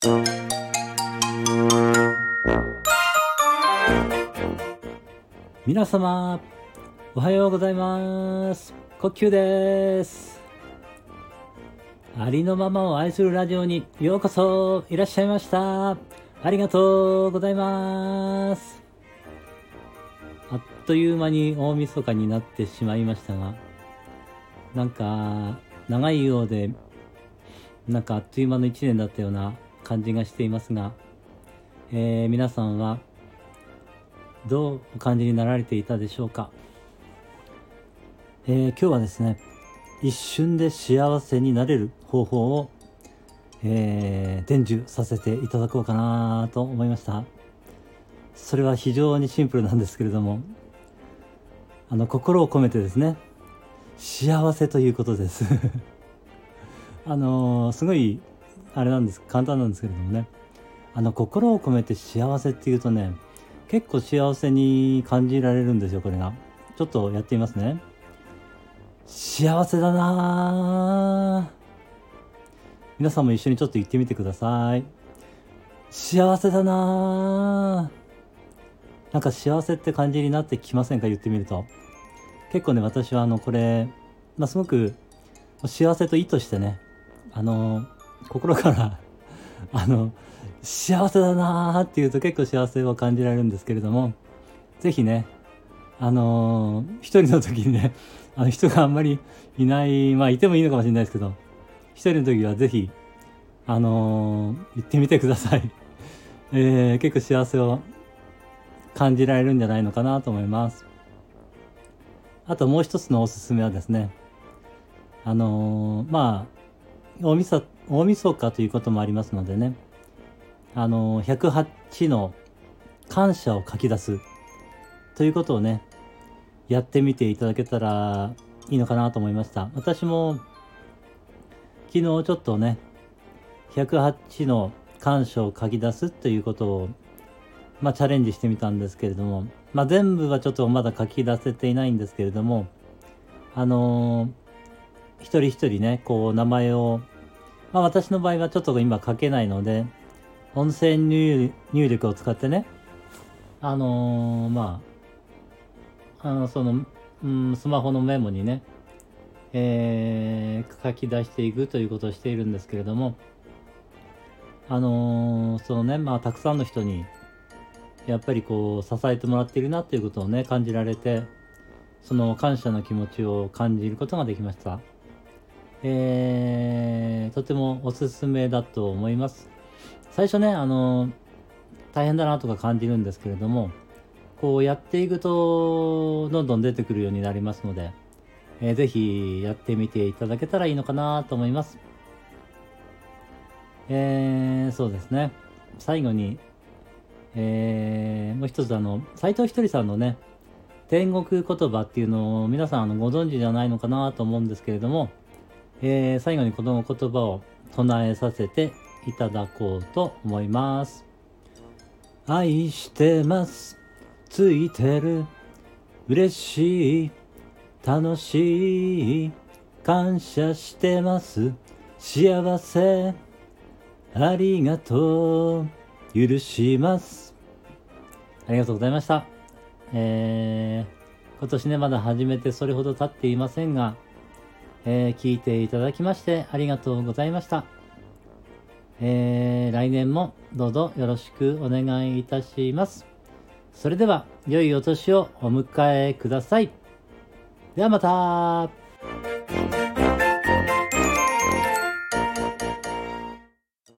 皆様おはようございます。呼吸です。ありのままを愛するラジオにようこそいらっしゃいました。ありがとうございます。あっという間に大晦日になってしまいましたが、なんか長いようであっという間の1年だったような感じがしていますが、皆さんはどうお感じになられていたでしょうか。今日はですね、一瞬で幸せになれる方法を、伝授させていただこうかなと思いました。それは非常にシンプルなんですけれども、心を込めてですね、幸せということですすごい簡単なんですけれどもね、心を込めて幸せっていうとね、結構幸せに感じられるんですよ。これがちょっとやってみますね。幸せだなぁ。皆さんも一緒にちょっと言ってみてください。幸せだなぁ。幸せって感じになってきませんか？言ってみると。結構ね、私はこれ、すごく幸せと意図してね、心から幸せだなーっていうと結構幸せを感じられるんですけれども、ぜひね、一人の時にね、人があんまりいない、いてもいいのかもしれないですけど、一人の時はぜひ、言ってみてください。結構幸せを感じられるんじゃないのかなと思います。あともう一つのおすすめはですね、大晦日ということもありますのでね、108の感謝を書き出すということをね、やってみていただけたらいいのかなと思いました。私も昨日ちょっとね、108の感謝を書き出すということをチャレンジしてみたんですけれども、全部はちょっとまだ書き出せていないんですけれども、一人一人ね、こう名前を、私の場合はちょっと今書けないので、音声入力を使ってね、スマホのメモにね、書き出していくということをしているんですけれども、たくさんの人にやっぱりこう支えてもらっているなということをね、感じられて、その感謝の気持ちを感じることができました。とてもおすすめだと思います。最初ね、大変だなとか感じるんですけれども、こうやっていくとどんどん出てくるようになりますので、ぜひやってみていただけたらいいのかなと思います。そうですね。最後に、もう一つ斉藤ひとりさんのね、天国言葉っていうのを皆さんご存知じゃないのかなと思うんですけれども、最後にこの言葉を唱えさせていただこうと思います。愛してます、ついてる、嬉しい、楽しい、感謝してます、幸せ、ありがとう、許します。ありがとうございました。今年ね、まだ始めてそれほど経っていませんが、聞いていただきましてありがとうございました。来年もどうぞよろしくお願いいたします。それでは良いお年をお迎えください。ではまた。